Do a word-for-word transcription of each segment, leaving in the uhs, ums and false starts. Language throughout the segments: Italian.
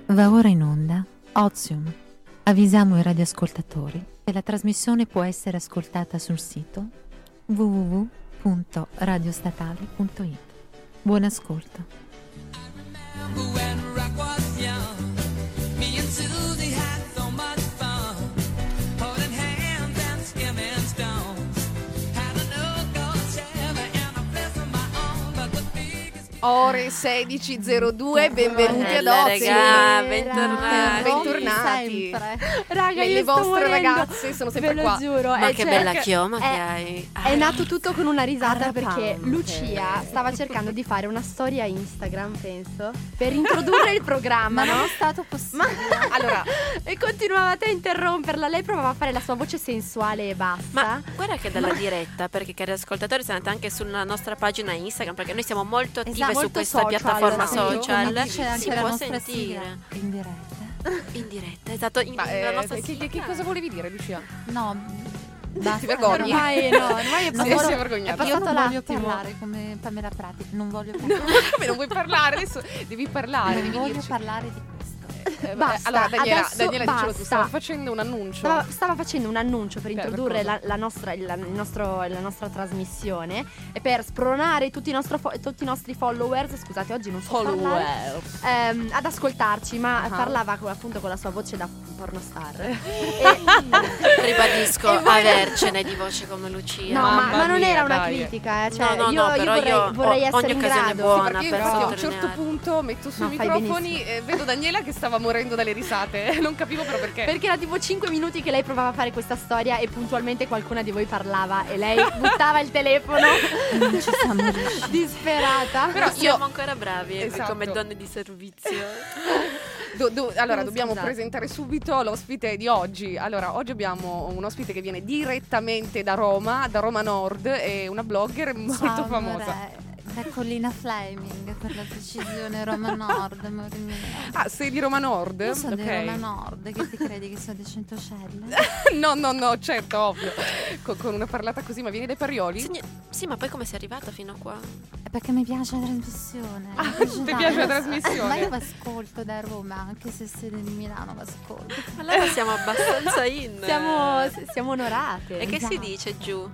Va ora in onda Ozium. Avvisiamo i radioascoltatori che la trasmissione può essere ascoltata sul sito w w w punto radiostatale punto it. Buon ascolto. Ore sedici e zero due, benvenuti Bella, ad regà, Ozio. bentornati. Bentornati. Raga, Le io sto vostre morendo. ragazze sono sempre Ve lo qua. giuro. Ma eh, che cioè, bella che- chioma che è- hai. È nato tutto con una risata Arrapante. perché Lucia stava cercando di fare una storia Instagram, penso, per introdurre il programma, Ma no? non è stato possibile. Allora, E continuavate a interromperla. Lei provava a fare la sua voce sensuale e bassa. Ma guarda che dalla diretta, perché cari ascoltatori, se andate anche sulla nostra pagina Instagram, perché noi siamo molto attive Esatto, su molto questa social, piattaforma sì. social, Ma c'è anche si la può nostra sentire sigla in diretta. in diretta, esatto, in, ma, la eh, nostra che, sigla. che cosa volevi dire, Lucia? No, basta. Ti vergogni? Ormai no, ormai è Non passato- si è è vergognata. Io passato non voglio l'attimo. parlare come Pamela Prati. Non voglio parlare. Come non vuoi parlare? Adesso devi parlare, Non devi voglio dirci. parlare di questo. Eh, Basta, allora, Daniela, adesso Daniela dicelo tu, basta. stavo facendo un annuncio. Stava, stava facendo un annuncio per Per- introdurre per la, cosa? la nostra, il, il nostro, la nostra trasmissione e per spronare tutti i, nostro fo- tutti i nostri followers, scusate oggi non so parlare, ehm, ad ascoltarci, ma Ah. parlava co- appunto con la sua voce da pornostar. e, Ribadisco, E voi- avercene di voce come Lucia. no, ma, Mamma ma non mia, era una dai. critica, eh, cioè No, no, io, no, io però vorrei, io vorrei ho- essere ogni in occasione è grado. buona. Perché io per infatti a un sottolineare. certo punto metto sui No, fai microfoni e vedo Daniela che stava morendo dalle risate. Non capivo però perché. Perché era tipo cinque minuti che lei provava a fare questa storia e puntualmente qualcuna di voi parlava e lei buttava il telefono Non ci siamo riusciti. disperata. Però Però io- siamo ancora bravi eh, Esatto. come donne di servizio. Do- do- allora, Oh, dobbiamo scusate. presentare subito l'ospite di oggi. Allora, oggi abbiamo un ospite che viene direttamente da Roma, da Roma Nord, e una blogger molto Ciao, famosa. amore. Da Collina Fleming, per la precisione Roma Nord, amore mio. Ah, sei di Roma Nord? Io sono Ok. di Roma Nord, che ti credi che sono di Centocelle? No, no, no, certo, ovvio. Con, con una parlata così, ma vieni dai Parioli? Sign- sì, ma poi come sei arrivata fino a qua? È perché mi piace la trasmissione. Ah, mi piace ti tanto. piace la trasmissione? Ma io ascolto da Roma, anche se siete di Milano, ascolto. Allora siamo abbastanza in. Siamo, siamo onorate. E che si Esatto. dice giù?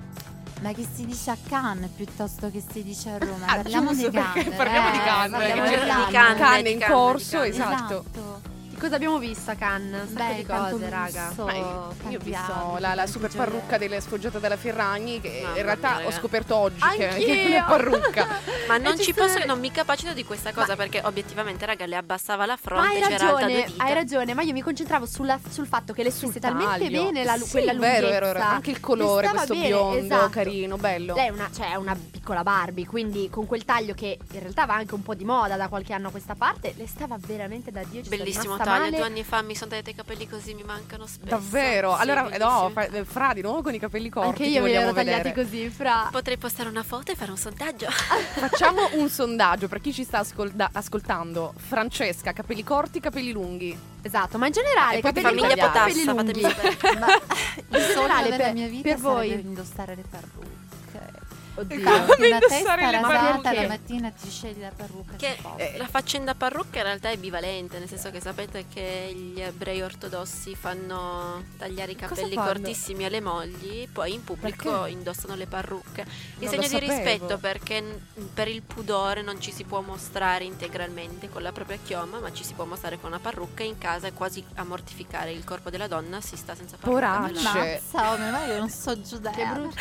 Ma che si dice a Cannes piuttosto che si dice a Roma? Ah, parliamo giusto, di Cannes. perché parliamo di Cannes, parliamo perché di c'è Cannes. Cannes. Canne in Canne, corso, Canne. esatto. Cosa abbiamo visto a Cannes? Un sacco Beh, di tanto cose, raga. lusso, Ma io, io ho tanti visto abiti, la, la tanti super gioielli. parrucca delle sfoggiate della Ferragni, che Mamma in realtà mia, ho raga. scoperto oggi che, Anch'io. che è una parrucca. Ma non ci ci sono- posso, non mi capacito di questa cosa perché obiettivamente, raga, le abbassava la Ma fronte, hai c'era alta due ragione, dita. hai ragione, ma io mi concentravo sulla- sul fatto che le Sul stesse talmente taglio. bene la, lu- Sì, quella vero, lunghezza. vero, vero. Anche il colore, Le stava questo bene, biondo, esatto. carino, bello. Lei è una, cioè, è una piccola Barbie, quindi con quel taglio che in realtà va anche un po' di moda da qualche anno a questa parte, le stava veramente da Dio. Ci sono Bellissimo rimasta taglio, male. due anni fa mi sono tagliati i capelli così, mi mancano spesso. Davvero? Sì, allora, no, bellissimi. fa- Fra di nuovo con i capelli corti. Anche ti io me li vogliamo ero tagliati vedere. così, fra. Potrei postare una foto e fare un sondaggio. Facciamo un sondaggio per chi ci sta ascolta- ascoltando. Francesca, capelli corti, capelli lunghi. Esatto, ma in generale E poi ti capelli famiglia corti, capelli Potassa, lunghi. fatemi sapere. Ma il generale, sogno della per- mia vita per voi. sarebbe indossare le parrucche. Oddio. Farti una indossare testa le rasata, parrucche. la mattina ti scegli la parrucca. Che si può. Eh. la faccenda parrucca in realtà è bivalente, nel senso che sapete che gli ebrei ortodossi fanno tagliare i Cosa capelli fanno? cortissimi alle mogli, poi in pubblico Perché? indossano le parrucche. In Non segno lo di sapevo. rispetto, perché n- per il pudore non ci si può mostrare integralmente con la propria chioma, ma ci si può mostrare con una parrucca. In casa è quasi a mortificare il corpo della donna, si sta senza parrucca. Poraccia. nella- Mazza, oh, ma io non so giudare. Che brutto.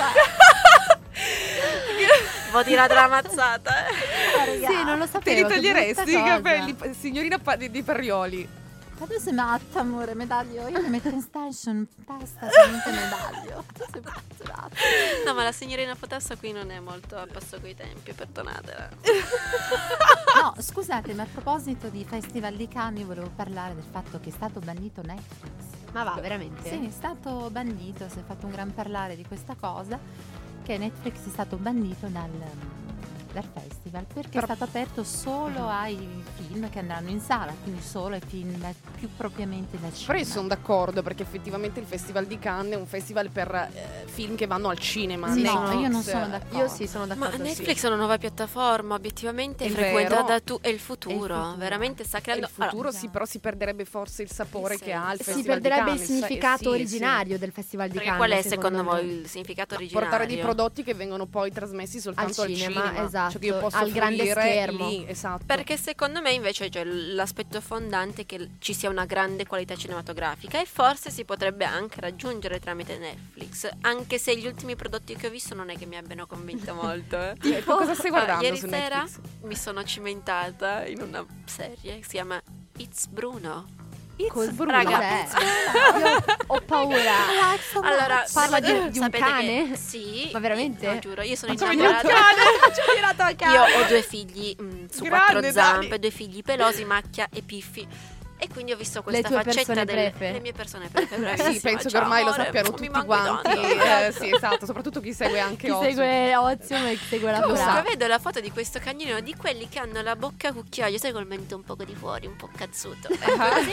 Vo' tirare la mazzata, eh. Sì, non lo Te sapevo. li che toglieresti brutta i cosa. capelli, signorina pa- di, di Parioli? Ma tu sei matta, amore, medaglio. Io mi metto in station in testa, solamente medaglio. Tu sei matta. No, ma la signorina Potassa qui non è molto a passo coi tempi, perdonatela. No, scusate, ma a proposito di Festival di Cannes, io volevo parlare del fatto che è stato bandito Netflix. Ma va, veramente? Sì, è stato bandito, si è fatto un gran parlare di questa cosa, che Netflix è stato bandito dal, del festival, perché Per- è stato aperto solo Uh-huh. ai film che andranno in sala, quindi solo ai film da- più propriamente da cinema. Però io sono d'accordo, perché effettivamente il Festival di Cannes è un festival per eh, film che vanno al cinema. Sì, Netflix, no, io non sono d'accordo. Io sì, sono Ma d'accordo. Netflix sì. è una nuova piattaforma, obiettivamente È frequentata vero. da tu. È il futuro, È il futuro. veramente sta Il creando. futuro Allora, sì, però si perderebbe forse il sapore Sì, che ha il sì. Festival Si di perderebbe il Cannes. significato Eh, sì, originario del Festival di Perché Cannes. qual è secondo me. voi il significato originario? Portare dei prodotti che vengono poi trasmessi soltanto Al al cinema, cinema, esatto, cioè che io posso al grande fruire schermo. lì, esatto. Perché secondo me invece cioè, l'aspetto fondante è che l- ci sia una grande qualità cinematografica e forse si potrebbe anche raggiungere tramite Netflix, anche se gli ultimi prodotti che ho visto non è che mi abbiano convinto molto. Eh. Eh, tu cosa stai guardando ieri su sera Netflix? mi sono cimentata in una serie che si chiama It's Bruno. Cos- Bruno. Raga, Cos'è? Io ho paura. Allora, Parla di- sapete- di un sapete cane? che- sì. Ma veramente? No, giuro, io sono Facciamo innamorata. Ci ho tirato a cane. Io ho due figli mh, su Grande, quattro zampe, Dani. due figli pelosi, macchia e piffi. E quindi ho visto questa tue faccetta persone delle prefe? le mie persone prefe, Eh bravissima. sì, penso che Ciao, ormai lo amore, sappiano mi tutti manchi quanti. tanto. Eh, sì, esatto, soprattutto chi segue anche Chi Ozzy. segue Ozium e chi segue la Comunque Fura. vedo la foto di questo cagnolino, di quelli che hanno la bocca a cucchiaio, sai, col mento un po' di fuori, un po' cazzuto. Ecco così.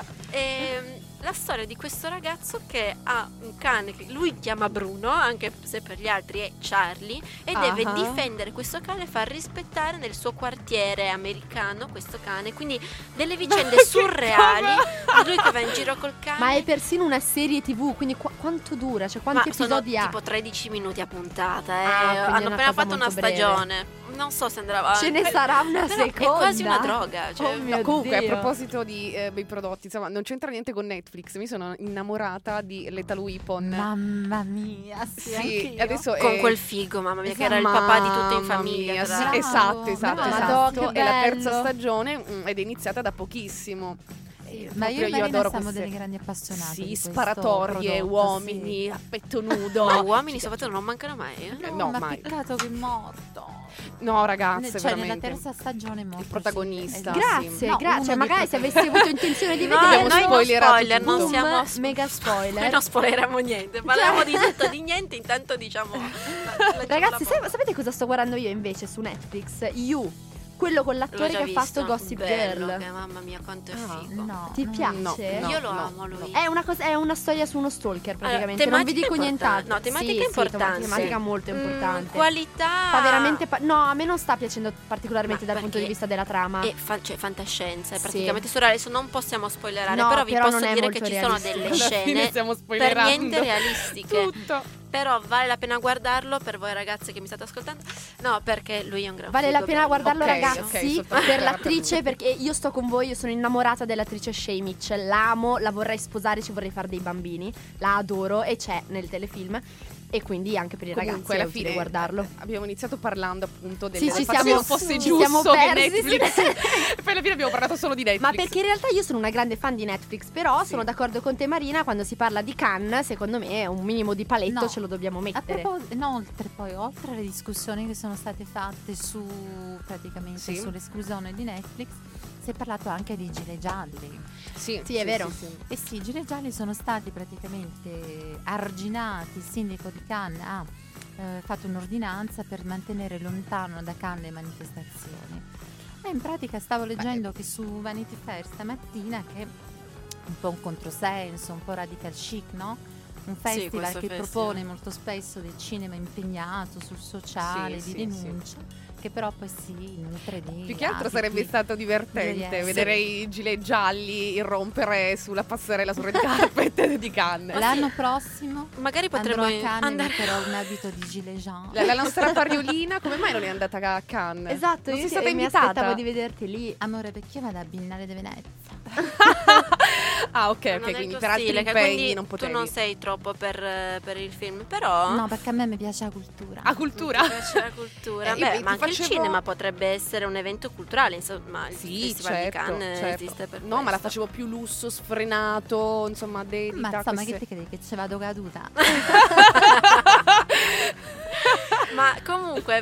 E, la storia di questo ragazzo che ha un cane che lui chiama Bruno, anche se per gli altri è Charlie, e deve Ah. difendere questo cane e far rispettare nel suo quartiere americano questo cane. Quindi delle vicende surreali di lui che va in giro col cane. Ma è persino una serie tivù, quindi qu- quanto dura? Cioè Ma quanti sono episodi ha? tipo tredici minuti a puntata, eh. Ah, quindi è hanno una appena cosa fatto una molto breve. stagione. Non so se andrà avanti. Ce ne sarà una Però seconda. È quasi una droga. Cioè, Oh mio No, comunque, Dio. a proposito di eh, bei prodotti, insomma, non c'entra niente con Netflix. Mi sono innamorata di Lethal Weapon. Mamma mia, sì, Sì, anch'io. adesso con è- quel figo, mamma mia, che Esatto, era il papà di tutto in mamma famiglia. mia, tra sì, l'altro. esatto, esatto, Bravo. esatto. Che È la terza bello. stagione mm, ed è iniziata da pochissimo. Sì, ma io Proprio e Marina adoro siamo queste- delle grandi appassionate Sì, di questo sparatorie, prodotto, uomini, sì. a petto nudo. Ma uomini soprattutto non mancano mai. Eh? Eh, No, no, ma mai. peccato che è morto. No, ragazze, Ne- cioè veramente. nella terza stagione è morto. Il protagonista. sì. Grazie, No, grazie. uno Cioè, dei magari se protagonisti. avessi avuto intenzione di No, vedere, abbiamo noi non spoilerato spoiler, non tutto. siamo Boom, mega spoiler. Noi non spoileriamo niente, parliamo di tutto e di niente, intanto diciamo la- Ragazzi, la- sai- sapete cosa sto guardando io invece su Netflix? You, quello con L'ho l'attore già che ha visto, fatto Gossip bello, Girl. che mamma mia quanto è Ah, figo. No, Ti no. piace? No, no. Io lo amo lui. È una, cosa, è una storia su uno stalker praticamente. Allora, non vi dico tematica nient'altro. importante. No, tematica Sì, sì, importante. tematica molto Mm, importante. qualità. Fa veramente. pa- no, a me non sta piacendo particolarmente Ma dal punto di perché vista della trama. È fa- cioè, fantascienza, è Sì. praticamente surreale. Adesso non possiamo spoilerare, No, però vi però posso non è dire che molto ci sono realistico. delle Alla fine scene stiamo per spoilerando niente realistiche. Tutto. Però vale la pena guardarlo per voi ragazze che mi state ascoltando. No, perché lui è un gran Vale figo, la pena bello. guardarlo, Ok, ragazzi, ok, soltanto per per- l'attrice, perché io sto con voi, io sono innamorata dell'attrice Shay Mitchell, l'amo, la vorrei sposare, ci vorrei fare dei bambini, la adoro e c'è nel telefilm. E quindi anche per i Comunque, ragazzi è alla utile fine guardarlo. eh, abbiamo iniziato parlando appunto del Sì, del ci fatto che siamo- non fosse ci giusto siamo che persi, Netflix sì. e poi alla fine abbiamo parlato solo di Netflix. Ma perché in realtà io sono una grande fan di Netflix, però Sì. sono d'accordo con te Marina, quando si parla di Cannes, secondo me un minimo di paletto No. ce lo dobbiamo A mettere. proposito, inoltre, poi, oltre alle discussioni che sono state fatte su praticamente Sì. sull'esclusione di Netflix, si è parlato anche di gilet gialli. Sì, Sì, è vero. sì, sì. E sì, i gilet gialli sono stati praticamente arginati. Il sindaco di Cannes ha eh, fatto un'ordinanza per mantenere lontano da Cannes le manifestazioni. E in pratica stavo leggendo che su Vanity Fair stamattina che è un po' un controsenso, un po' radical chic, no? Un festival questo che festival. propone molto spesso del cinema impegnato sul sociale, Sì, di sì, denuncia, che però poi si nutre di Più che altro abiti. sarebbe stato divertente Gioielli. vedere i gilet gialli irrompere sulla passerella sul red carpet di Cannes. L'anno prossimo Magari potremmo andrò a Cannes andare e metterò un abito di gilet Jean. La, la nostra pariolina, come mai non è andata a Cannes? Esatto, non io sei ti- stata mi invitata? aspettavo di vederti lì. Amore, perché io vado a Biennale di Venezia. Ah, ok, Non ok, è il quindi tuo per altri stile, che impegni quindi non potevi. tu non sei troppo per, eh, per il film, però No, perché a me mi piace la cultura. A cultura? ti piace la cultura. Eh, io Beh, ti ma anche il facevo- cinema potrebbe essere un evento culturale, insomma, il Sì, Festival certo, di Cannes certo. esiste per No, ma la questo. facevo più lusso, sfrenato, insomma, dedita Ma a insomma, queste- che ti credi che ci vado caduta? Ma comunque, mh,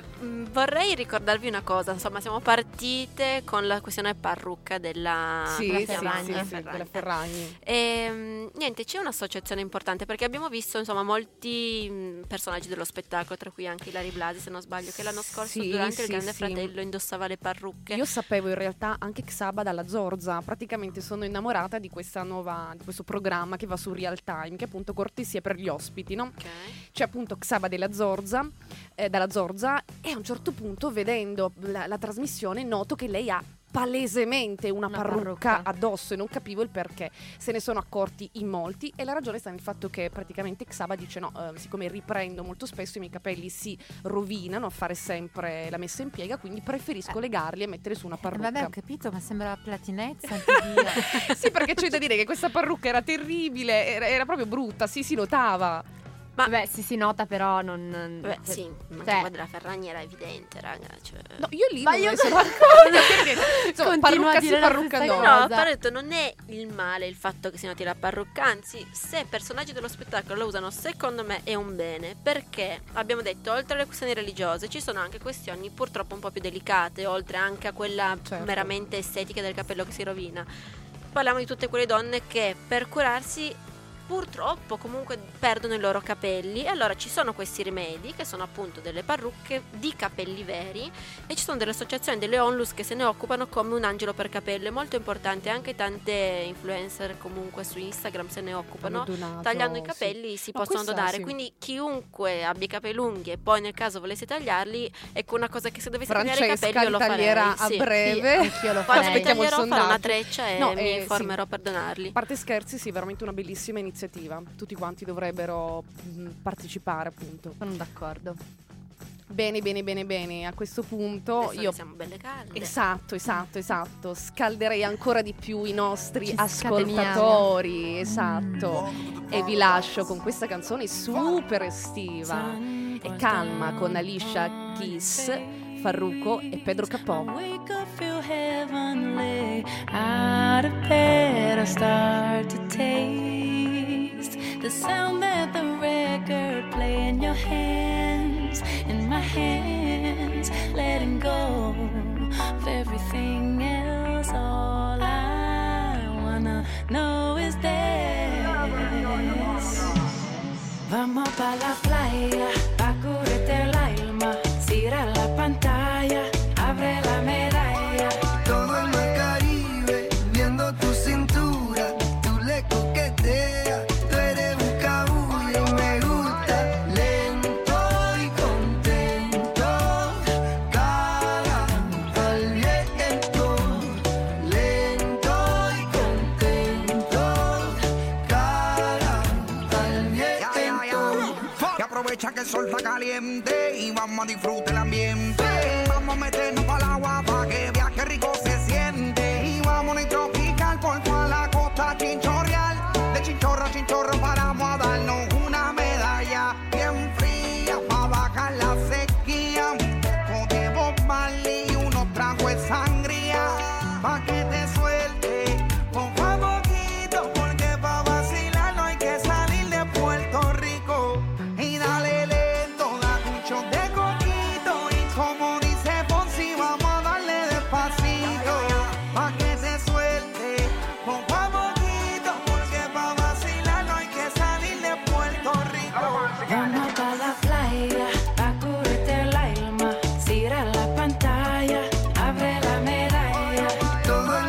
vorrei ricordarvi una cosa, insomma siamo partite con la questione parrucca della sì, della sì, Ferragni, sì, della sì, Ferragni. della Ferragni. E, niente, c'è un'associazione importante perché abbiamo visto insomma molti mh, personaggi dello spettacolo, tra cui anche Ilari Blasi, se non sbaglio, che l'anno scorso Sì, durante sì, il Grande sì. Fratello indossava le parrucche. Io sapevo in realtà anche Xaba dalla Zorza, praticamente sono innamorata di questa nuova, di questo programma che va su Real Time, che è appunto cortesia per gli ospiti, no? Ok. C'è appunto Xaba della Zorza, eh, dalla Zorza, e a un certo punto vedendo la, la trasmissione noto che lei ha palesemente una, Una parrucca, parrucca. addosso e non capivo il perché. Se ne sono accorti in molti e la ragione sta nel fatto che praticamente Xaba dice no, eh, siccome riprendo molto spesso i miei capelli si rovinano a fare sempre la messa in piega, quindi preferisco Eh. legarli e mettere su una Eh, parrucca. vabbè, ho capito, ma sembra platinezza, anche Sì, perché c'è da dire che questa parrucca era terribile, era, era proprio brutta, sì, si notava. Ma Beh, sì, si nota, però non. Beh, cioè, sì, ma cioè- quella della Ferragni era evidente, raga. Cioè... No, io lì Ma non io- me ne sono accorta perché insomma, Continua parrucca a sì, dire la parrucca stessa no. No, cosa. ho detto non è il male il fatto che si noti la parrucca, anzi, se personaggi dello spettacolo la usano, secondo me è un bene, perché abbiamo detto, oltre alle questioni religiose, ci sono anche questioni purtroppo un po' più delicate, oltre anche a quella Certo. meramente estetica del capello che si rovina. Parliamo di tutte quelle donne che per curarsi purtroppo comunque perdono i loro capelli, e allora ci sono questi rimedi che sono appunto delle parrucche di capelli veri, e ci sono delle associazioni, delle onlus che se ne occupano come un angelo per capello. È molto importante, anche tante influencer comunque su Instagram se ne occupano, Hanno donato, tagliando i sì. capelli si Ma possono questa donare, sì. quindi chiunque abbia i capelli lunghi e poi nel caso volesse tagliarli, ecco una cosa che se dovessi tagliare i Francesca capelli io li lo farei, taglierà a sì. breve. Sì, anch'io lo Quando farei. li Aspettiamo il taglierò farò una sondaggio. treccia e No, mi eh, sì. informerò per donarli. A parte scherzi, sì, veramente una bellissima iniziativa. Tutti quanti dovrebbero mh, partecipare, appunto. Sono d'accordo. Bene, bene, bene, bene. A questo punto Adesso io che siamo belle calde. Esatto, esatto, esatto. Scalderei ancora di più i nostri Ci ascoltatori. Esatto. E vi lascio con questa canzone super estiva e calma con Alicia Keys, Farruko e Pedro Capò. Wake up, feel heavenly. Out of bed, I start to taste the sound that the record play in your hands, in my hands, letting go of everything else. All I wanna know is this. Vamos pa' la playa, pa' curarte el alma. Cierra la pantalla, abre la medalla. Todo el mar Caribe, viendo tu cintura, tú le coqueteas, tú eres un cabullo, me gusta, lento y contento, cara al viento, lento y contento, cara al viento. Y aprovecha que el sol está caliente y vamos a disfrutar el ambiente. Vamos a meternos para el agua para que viaje rico se siente. Y vamos a tropical por toda la costa chinchorreal. De chinchorro a chinchorro paramos a darnos una medalla bien fría para bajar la sequía. Un poco de Bob Marley y unos tragos de sangría pa' que te suelte poco a poquito, porque pa' vacilar no hay que salir de Puerto Rico. Y dale lento, da mucho de coquito. Y como dice Fonsi, vamos a darle despacito pa' que se suelte poco a poquito, porque pa' vacilar no hay que salir de Puerto Rico. Vamos pa' la playa, pa' curarte el alma. Cierra la pantalla, abre la medalla. Todo el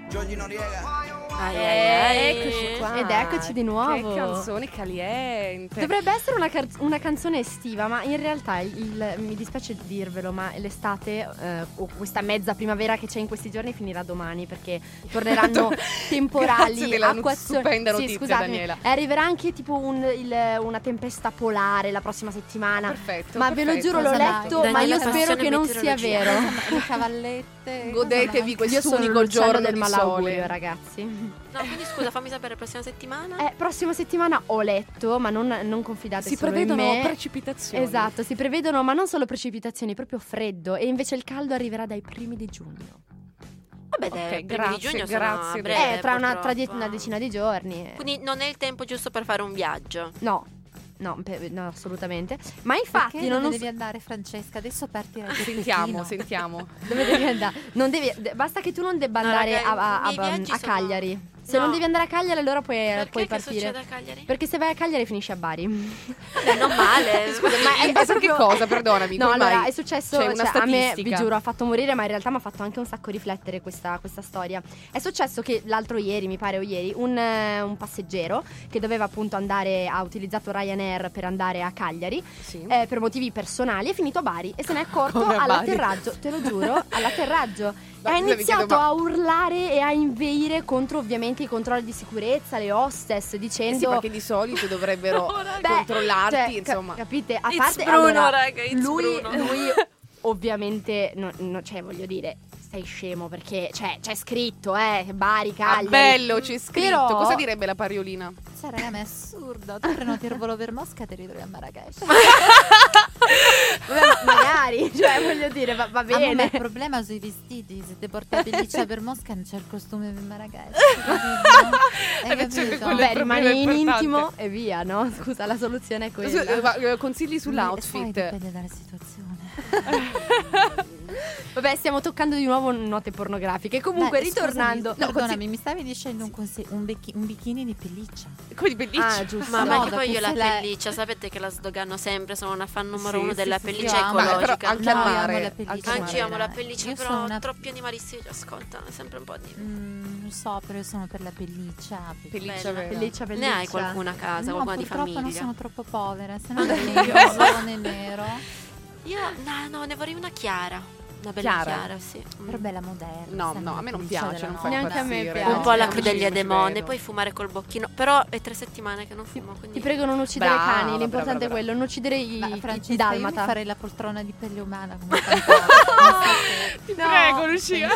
Giorgi Noriega. Ai, ai, ai. Eccoci qua. Ed eccoci di nuovo. Che canzone caliente. Dovrebbe essere una, car- una canzone estiva, ma in realtà il, il- mi dispiace dirvelo, ma l'estate eh, o questa mezza primavera che c'è in questi giorni finirà domani, perché torneranno temporali, Grazie della acquazzoni. stupenda Sì, notizia, scusatemi. Daniela. E arriverà anche tipo un- il- una tempesta polare la prossima settimana. Perfetto. Ma ve lo perfetto. giuro, l'ho Cosa letto, mai? ma io Daniela, spero passione che non sia meteorologia. vero. Le cavallette. Godetevi Io questo sono unico Luciano giorno del di malaugurio, sole. ragazzi. No, quindi scusa, fammi sapere la prossima settimana. Eh, prossima settimana ho letto, ma non, non confidate Si solo in prevedono me. precipitazioni. Esatto, si prevedono, ma non solo precipitazioni, proprio freddo. E invece il caldo arriverà dai primi di giugno. Vabbè, Ok, dai, grazie, di giugno grazie, sono a breve, eh, tra, una, tra die- purtroppo. una decina di giorni. Quindi non è il tempo giusto per fare un viaggio. No, no, pe- no, assolutamente. Ma Perché infatti, non, dove non devi andare, Francesca? Adesso parti da Sentiamo, sentiamo. dove devi andare? Non devi, de- basta che tu non debba No, andare raga, a, a- i miei a- viaggi a sono- Cagliari. Se No. non devi andare a Cagliari, allora puoi, Perché puoi che partire. succede a Cagliari? Perché se vai a Cagliari finisci a Bari. Vabbè, non male. Scusa, ma è, è per che proprio- cosa? Perdonami. No, come mai? allora è successo, C'è una cioè, a me, statistica. vi giuro, ha fatto morire, ma in realtà mi ha fatto anche un sacco riflettere questa, questa storia. È successo che l'altro ieri, mi pare o ieri, un, eh, un passeggero che doveva appunto andare, ha utilizzato Ryanair per andare a Cagliari, Sì. eh, per motivi personali, è finito a Bari e se n'è accorto Come a Bari? all'atterraggio, te lo giuro, all'atterraggio. Ma Ha scusa, mi iniziato chiedo, ma- a urlare e a inveire contro ovviamente i controlli di sicurezza, le hostess, Eh dicendo... sì, perché di solito dovrebbero Beh, controllarti, cioè, ca- insomma. capite? A It's parte Bruno, allora, raga, it's lui, Bruno. lui ovviamente no, no, cioè voglio dire, sei scemo perché cioè, c'è scritto, eh, Bari, Ah, Cagliari. bello, c'è scritto. Però- Cosa direbbe la pariolina? Cioè, raga, ma è assurdo. Tu prenoti il volo per Mosca e ti ritrovi a Marrakesh. Vabbè, ma magari, cioè voglio dire, va, va Ah, ma bene. il problema sui vestiti. Se ti porti a pelliccia per Mosca non c'è il costume per Marrakesh. Hai Eh, beh, c'è capito? quello- Vabbè, il rimani problema in importante. intimo e via, no? Scusa, la soluzione è quella. Su- eh, ma, eh, consigli Sai, sull'outfit. dipende dalla situazione. Vabbè, stiamo toccando di nuovo note pornografiche. Comunque, Beh, ritornando. scusami, no, perdonami, mi stavi dicendo un, consi- un, bechi- un bikini di pelliccia. Come di pelliccia. Ah, giusto. Ma, No, ma che dopo poi io la se la- pelliccia, sapete che la sdogano sempre, sono una fan numero Sì, uno sì, della sì, pelliccia io amo- Ma però ecologica. anche al No, io amo mare. la pelliccia. anche al Anche io amo mare. la pelliccia, Io però sono una- troppi animalisti ci ascoltano, è sempre un po' di... Mm, non so, però io sono per la pelliccia. Pelliccia Bella. vera. Pelliccia, pelliccia. Ne hai qualcuna a casa, No, qualcuna di purtroppo non famiglia? sono troppo povera, se no Anche ne io. rosa né nero. Io, no, no, ne vorrei una chiara. Una bella Chiara? chiara, sì. Però bella moderna. No, sai, no, a me non pelliccia piace, della non fa notte. Neanche a me impazzire. piace. Un po' la no, Crudelia ci dei vedo. Monde, poi fumare col bocchino. Però è tre settimane che non fumo, quindi... Ti prego, non uccidere Brava, i cani. brava, L'importante brava. è quello, non uccidere i, Ma i, Francesca, i io mi dalmata. farei la poltrona di pelle umana come fantasma. Ti prego, Lucia.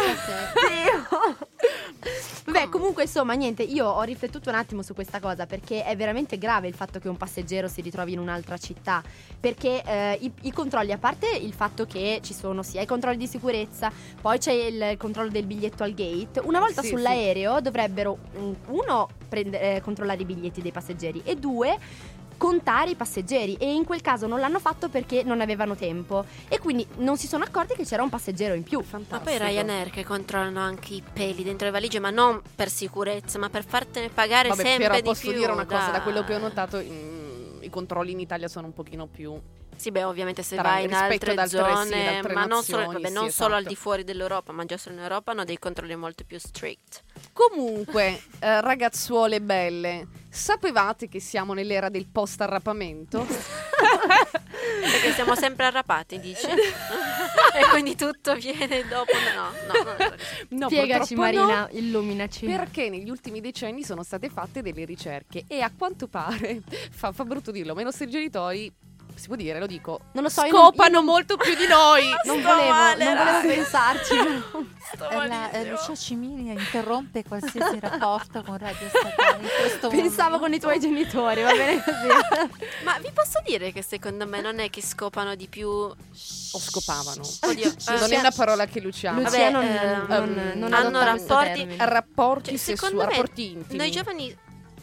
Vabbè, comunque, insomma, niente, io ho riflettuto un attimo su questa cosa perché è veramente grave il fatto che un passeggero si ritrovi in un'altra città. Perché eh, i, i controlli, a parte il fatto che ci sono sia i controlli di sicurezza, poi c'è il controllo del biglietto al gate. Una volta Sì, sull'aereo dovrebbero, mm, uno, prendere, eh, controllare i biglietti dei passeggeri e due, contare i passeggeri, e in quel caso non l'hanno fatto perché non avevano tempo e quindi non si sono accorti che c'era un passeggero in più. Ma Fantastico. poi Ryanair che controllano anche i peli dentro le valigie, ma non per sicurezza, ma per fartene pagare Vabbè, sempre però di posso più. dire una cosa, da dai. quello che ho notato mm, i controlli in Italia sono un pochino più... Sì, beh, ovviamente se Tra- vai in rispetto altre ad altre- sì, zone, ad altre ma non solo, nazioni, vabbè, sì, non solo al esatto. di fuori dell'Europa, ma già solo in Europa hanno dei controlli molto più strict. Comunque, eh, ragazzuole belle, sapevate che siamo nell'era del post-arrapamento? Perché siamo sempre arrapati, dici? E quindi tutto viene dopo. No, no, non è così. No, Spiegaci, purtroppo no, Marina, illuminaci. perché negli ultimi decenni sono state fatte delle ricerche e a quanto pare, fa, fa brutto dirlo, ma i nostri genitori, si può dire, lo dico, Non lo so, io non- scopano molto più di noi. Non Sto volevo, male, non volevo raga. pensarci. Sto Eh, la, eh, malissimo. Lucia Cimini interrompe qualsiasi rapporto con Radio Statale in questo Pensavo momento. con i tuoi genitori, va bene così. Ma vi posso dire che secondo me non è che scopano di più. O scopavano. Oddio, eh, Non è una parola che Luciano. Lucia Vabbè, non, ehm, non, non hanno adotta questo rapporti- termine. Rapporti Cioè, sessuali, secondo me rapporti intimi. noi giovani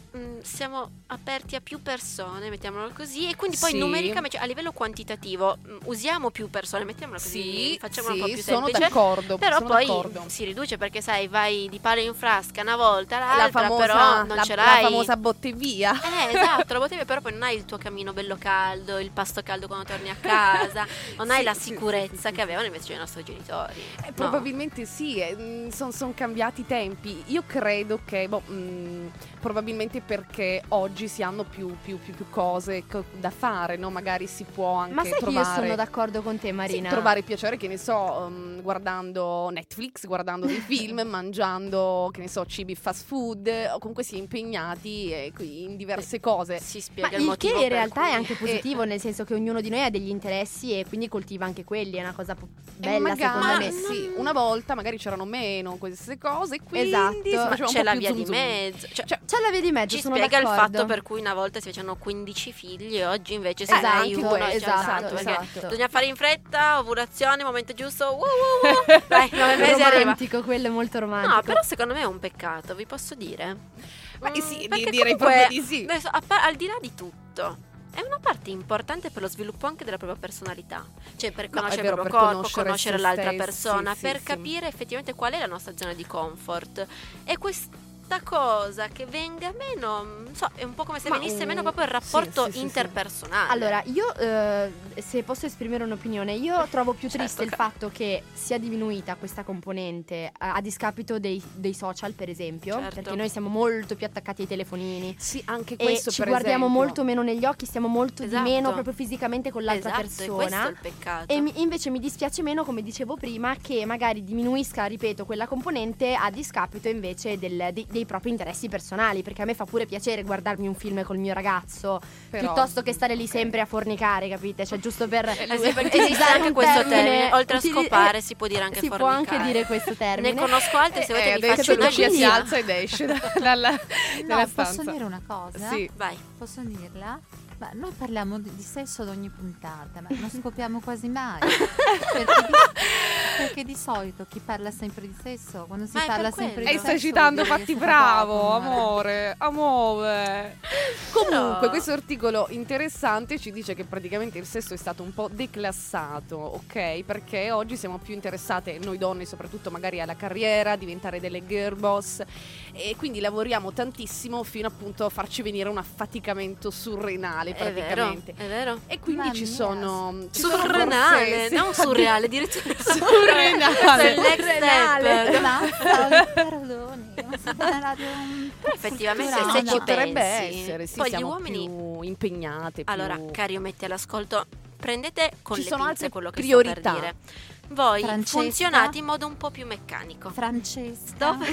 mh, siamo aperti a più persone, mettiamolo così, e quindi poi Sì. numericamente, cioè, a livello quantitativo, mh, usiamo più persone, mettiamolo così, Sì, facciamolo sì, un po' più sono semplice. d'accordo. Però sono poi d'accordo. si riduce perché sai, vai di palo in frasca una volta, la l'altra, famosa, però non la, ce la l'hai. famosa botte via. Eh, esatto, la bottiglia, però poi non hai il tuo camino bello caldo, il pasto caldo quando torni a casa, non hai Sì, la sì, sicurezza sì, sì, che sì. avevano invece i nostri genitori. Eh, No. probabilmente sì, sono cambiati i tempi. Io credo che, boh, mh, probabilmente perché oggi si hanno più, più, più, più cose co- da fare, no? Magari si può anche Ma sai che trovare... io sono d'accordo con te, Sì, Marina? trovare piacere, che ne so, um, guardando Netflix, guardando dei film, mangiando, che ne so, cibi fast food, o comunque si è impegnati eh, qui in diverse cose. Si Ma spiega il il motivo che in per realtà cui- è anche positivo, nel senso che ognuno di noi ha degli interessi e quindi coltiva anche quelli, è una cosa po- E bella magari, secondo me. sì, una volta magari c'erano meno queste cose, e quindi Esatto. si Ma faceva un c'è po' la più via zoom di zoom. mezzo, cioè, Cioè, C'è la via di mezzo, ci sono spiega il d'accordo. fatto per cui una volta si facevano quindici figli e oggi invece se Esatto, ne hai uno, cioè, esatto, perché esatto. bisogna fare in fretta, ovulazione, momento giusto, uh, uh, uh. Dai, nove mesi arriva. romantico, quello è molto romantico. No, però secondo me è un peccato, vi posso dire? Ma Mm, sì, di- perché direi comunque, proprio di sì. adesso, a pa- al di là di tutto, è una parte importante per lo sviluppo anche della propria personalità. Cioè per No, è conoscere vero, il per proprio corpo, conoscere conoscere se l'altra stessi, persona, sì, per sì. capire effettivamente qual è la nostra zona di comfort. E questa cosa che venga meno, non so, è un po' come se Ma, venisse mm, meno proprio il sì, rapporto sì, sì, sì. interpersonale. Allora, io eh, se posso esprimere un'opinione, io trovo più triste Certo. il fatto che sia diminuita questa componente a, a discapito dei, dei social, per esempio, Certo. perché noi siamo molto più attaccati ai telefonini. Sì, anche E questo ci per guardiamo esempio. molto meno negli occhi, stiamo molto Esatto. di meno proprio fisicamente con l'altra esatto, e questo è persona. il peccato. E mi- invece mi dispiace meno, come dicevo prima, che magari diminuisca, ripeto, quella componente a discapito invece del- dei, dei propri interessi personali. Perché a me fa pure piacere guardarmi un film col mio ragazzo, Però- piuttosto che stare lì ok. sempre a fornicare, capite? Cioè, giusto per Eh sì, perché utilizzare esiste anche un questo termine, termine, oltre a utili- scopare eh, si può dire anche si può fornicare. anche dire questo termine. Ne conosco altri, se volete Eh, vi adesso faccio una Lucia si lista. alza ed esce da- dalla, dalla No, stanza. posso dire una cosa? Sì. Vai. Posso dirla? Ma noi parliamo di, di sesso ad ogni puntata, ma non scopriamo quasi mai. perché, di, perché di solito chi parla sempre di sesso, quando si Ma è per parla quello. sempre E di stai sesso, citando vuol dire fatti che si fa bravo, poco, amore. amore, amore. Comunque, Però- questo articolo interessante ci dice che praticamente il sesso è stato un po' declassato, ok? Perché oggi siamo più interessate, noi donne soprattutto, magari alla carriera, diventare delle girl boss, e quindi lavoriamo tantissimo fino appunto a farci venire un affaticamento surrenale È vero, praticamente. è vero. E quindi Mamma ci mia. sono ci sono Surrenale, forse- non surreale, addirittura Surrenale. Questo è il next Surrenale. step. Basta, perdoni, ma siete una radio Però effettivamente culturale. se ci potrebbe pensi, essere, sì, poi gli siamo uomini più impegnate, più- allora, cari ometti all'ascolto, prendete con Ci le sono pinze altre quello che priorità. sto per dire. Voi Francesca? funzionate in modo un po' più meccanico. Francesca. Dove?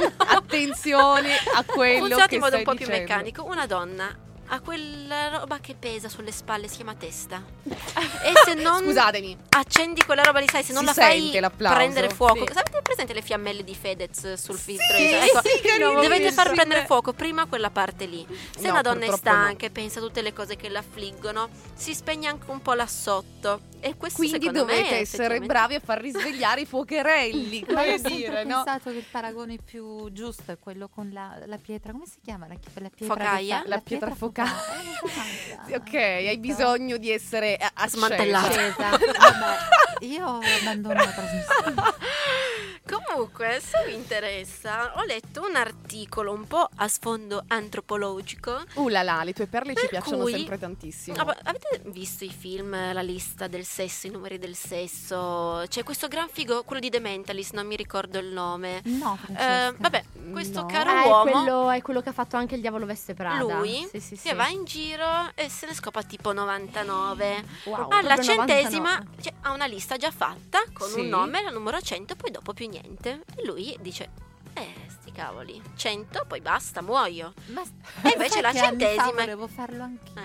attenzione a quello Funzionate che in modo un stai po' più dicendo. meccanico. Una donna ha quella roba che pesa sulle spalle, si chiama testa. E se non Scusatemi, accendi quella roba lì, sai, se non Si la fai sente l'applauso, prendere fuoco. sì. Avete presente le fiammelle di Fedez sul filtro? sì, ecco, sì, carino, dovete far sì. prendere fuoco prima quella parte lì. Se No, una donna è purtroppo stanca e pensa a tutte le cose che l'affliggono, si spegne anche un po' là sotto. E questo quindi secondo me dovete è essere effettivamente- bravi a far risvegliare i fuocherelli, Ma come io ho sempre dire, no? pensato che il paragone più giusto è quello con la, la pietra, come si chiama? La, chi- la pietra Focaia? che fa- La pietra focaia. Eh, esatto. Sì, ok, hai bisogno di essere a- accesa. Smantellata. Accesa. Vabbè, io abbandono la trasmissione. Comunque, se vi interessa, ho letto un articolo un po' a sfondo antropologico. Uh là là, le tue perle ci Per piacciono cui- sempre tantissimo. Ah, ma avete visto i film, la lista del sesso, i numeri del sesso? C'è questo gran figo, quello di The Mentalist, non mi ricordo il nome. No, Eh, Francesca. vabbè, questo No. caro Ah, è uomo, quello, è quello che ha fatto anche il Diavolo Veste Prada. lui, Sì, sì, sì. che va in giro e se ne scopa tipo novantanove. Wow. Alla proprio centesima novantanove. cioè, ha una lista già fatta con Sì. un nome, la numero cento, poi dopo più niente. E lui dice: Eh, sti cavoli, cento, poi basta, muoio. Ma E invece sai la che anni fa centesima- volevo farlo anch'io.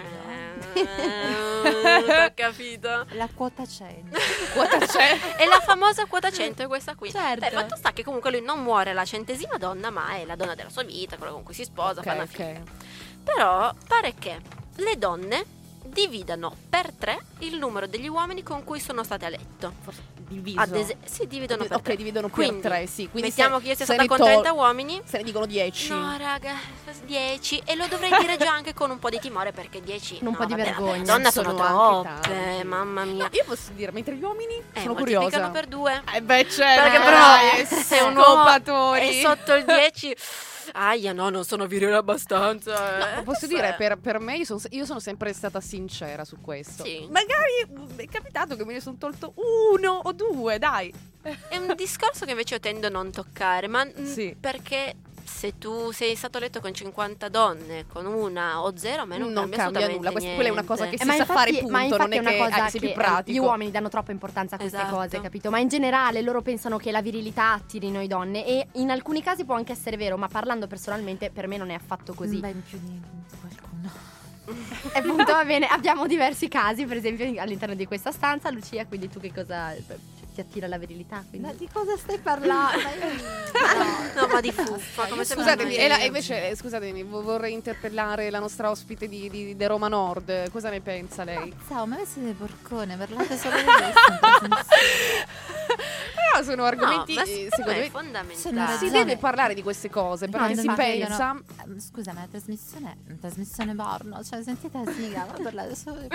Eh, ho capito. La quota cento. Quota c'è? E la famosa quota cento è questa qui. Certo. Beh, fatto sta che comunque lui non muore la centesima donna, ma è la donna della sua vita, quella con cui si sposa, fa una Ok, figlia. ok. Però pare che le donne dividano per tre il numero degli uomini con cui sono state a letto. diviso. Ad es- si dividono per ok, tre. dividono Quindi, per tre, sì. Quindi mettiamo se- che io sia se stata ne con tol- trenta uomini. Se ne dicono dieci. No, raga, dieci. E lo dovrei dire già anche con un po' di timore, perché dieci. Un no, po' di vabbè, vergogna. vabbè, Donna sono, Sono anche troppe, tanti. mamma mia. No, io posso dire, mentre gli uomini Eh, sono moltiplicano curiosa. per due. Eh beh, certo. Perché eh, però dai, sono sono patori. E sotto il dieci. Aia, no, non sono virile abbastanza. No, eh. posso Sì. dire, per, per me, io sono, io sono sempre stata sincera su questo. Sì. Magari mm, è capitato che me ne sono tolto uno o due, dai. È un discorso che invece io tendo a non toccare, ma mm, Sì. perché se tu sei stato a letto con cinquanta donne, con una o zero, a me non, Non cambia, cambia assolutamente nulla, questa- quella è una cosa niente. che Eh, si ma sa infatti, fare, punto, ma infatti non è è una che, cosa eh, sei che più eh, pratico. gli uomini danno troppa importanza a queste Esatto. cose, capito? Ma in generale loro pensano che la virilità attiri noi donne e in alcuni casi può anche essere vero, ma parlando personalmente per me non è affatto così. Beh, in più di qualcuno. E appunto va bene, abbiamo diversi casi, per esempio all'interno di questa stanza, Lucia, quindi tu che cosa ti attira la virilità? Quindi? Ma di cosa stai parlando? No, ma di fuffa, come se Scusatemi, mai- e, la- e invece, eh, scusatemi, vo- vorrei interpellare la nostra ospite di, di, di Roma Nord. Cosa ne pensa lei? Ciao, ma voi siete porcone, parlate solo di questo. Però sono argomenti, no, ma eh, secondo secondo me è me, fondamentale. Sono si ragione. deve parlare di queste cose, perché No, si infatti, pensa... io no- eh, Scusa, ma la trasmissione è una trasmissione porno. Cioè, sentite la sigla, ma parlate solo di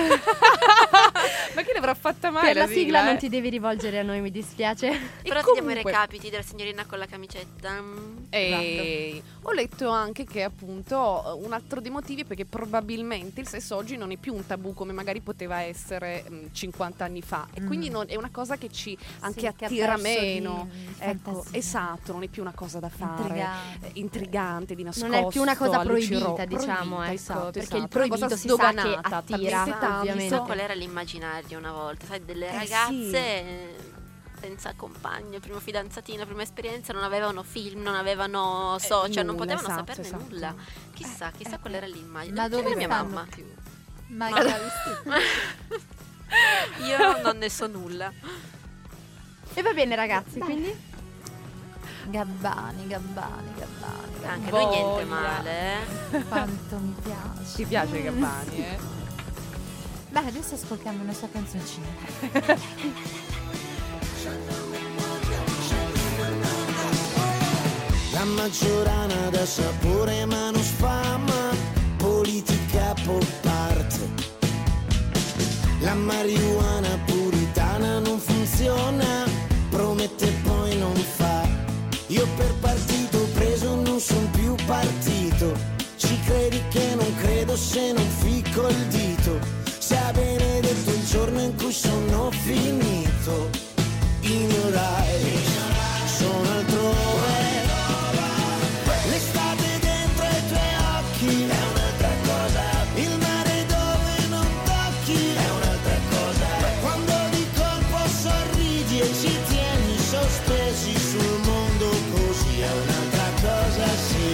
Ma chi l'avrà fatta mai Per la sigla, sigla eh? non ti devi rivolgere a noi, mi dispiace. Però E ti diamo i comunque- recapiti della signorina con la camicetta. Mm, E ho letto anche che appunto un altro dei motivi è perché probabilmente il sesso oggi non è più un tabù come magari poteva essere mh, cinquanta anni fa e Mm. quindi non- è una cosa che ci anche Sì, che ha attira perso di- meno. di Ecco, fantasia. esatto, non è più una cosa da fare Intrigante. eh, intrigante, di nascosto. Non è più una cosa a luci proibita, ro- diciamo, proibita, ecco, esatto, perché esatto. il Una proibito cosa si sa che sdoganata, attira, talmente tanto. ovviamente. Chissà qual era l'immaginario una volta, sai, delle Eh, ragazze sì. eh, senza compagno, primo fidanzatino, prima esperienza, non avevano film, non avevano social, non nulla, potevano esatto, saperne esatto. nulla. Chissà, chissà qual era l'immagine. Ma dove C'era mia stanno mamma? più? Magari Io non ne so nulla. E va bene ragazzi, quindi Gabbani, Gabbani, Gabbani. Anche Voglia. lui niente male, eh. Quanto mi piace. Ti piace Gabbani, eh? Beh, adesso ascoltiamo una sua canzoncina. La maggiorana da sapore ma non sfama, politica pop art. La marijuana puritana non funziona, promette e poi non fa. Io per partito preso non son più partito, ci credi che non credo se non ficco il dito. Sia benedetto il giorno in cui sono finito, ignorai, sono altrove. L'estate dentro i tuoi occhi è un'altra cosa, il mare dove non tocchi è un'altra cosa, quando di colpo sorridi e ci tieni sospesi sul mondo così è un'altra cosa, sì.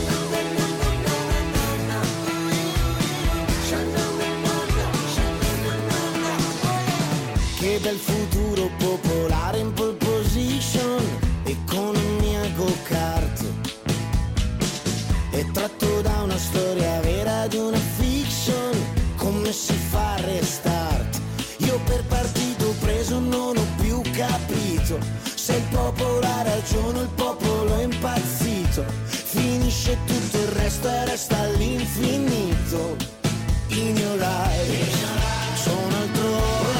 Che bel futuro popolare in pole position, economia go-kart. È tratto da una storia vera, di una fiction, come si fa a restart. Io per partito preso non ho più capito, se il popolo ha ragione il popolo è impazzito. Finisce tutto il resto e resta all'infinito, ignorai, sono altrove.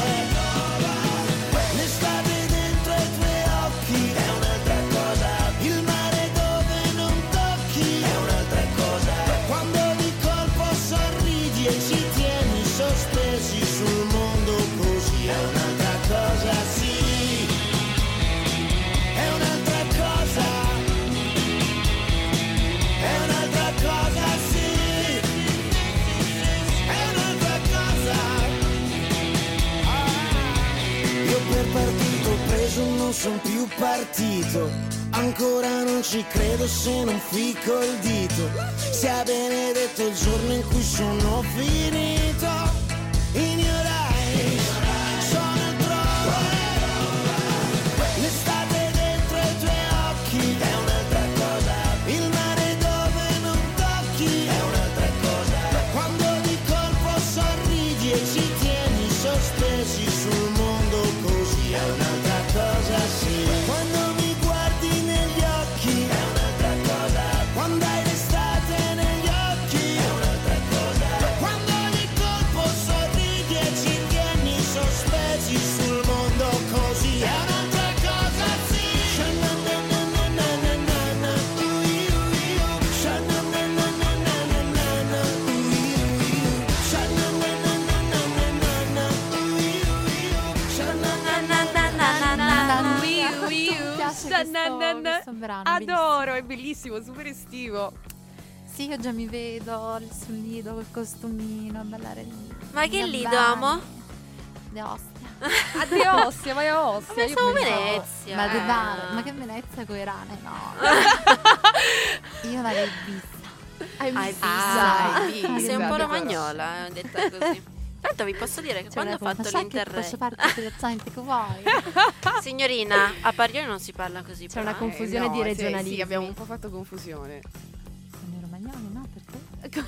L'estate dentro i tuoi occhi è un'altra cosa, il mare dove non tocchi è un'altra cosa, quando di colpo sorridi e ci tieni sospesi sul mondo così è un'altra cosa, sì, è un'altra cosa, è un'altra cosa, sì, è un'altra cosa. Io per partito preso non son più partito, ancora non ci credo se non ficco il dito. Sia benedetto il giorno in cui sono finito, ignorai, sono altrove. L'estate dentro i tuoi occhi è un'altra cosa, il mare dove non tocchi è un'altra cosa, quando di colpo sorridi e ci tieni sospesi sul mondo così è un'altra na, na, na. questo brano, Adoro, è bellissimo, super estivo. Sì, io già mi vedo sul lido col costumino a ballare lì. Ma che Da lido, bagni. amo? De Ostia. A De Ostia, vai a Ostia. Ma io pensavo pensavo- Venezia. Ma, de eh. Bar- ma che Venezia con i rane? No. Io vado in Ibiza. Hai Ah, vista? hai vista, Sei un po' però. romagnola, eh, detta così. Tanto vi posso dire che quando ho fatto Posso l'Interrail, fare tutti gli accenti che vuoi. signorina, a Parioli non si parla così. C'è però, una eh. confusione no, di sì, regionalismi. Sì, abbiamo un po' fatto confusione. Sono i romagnoli, no? Perché?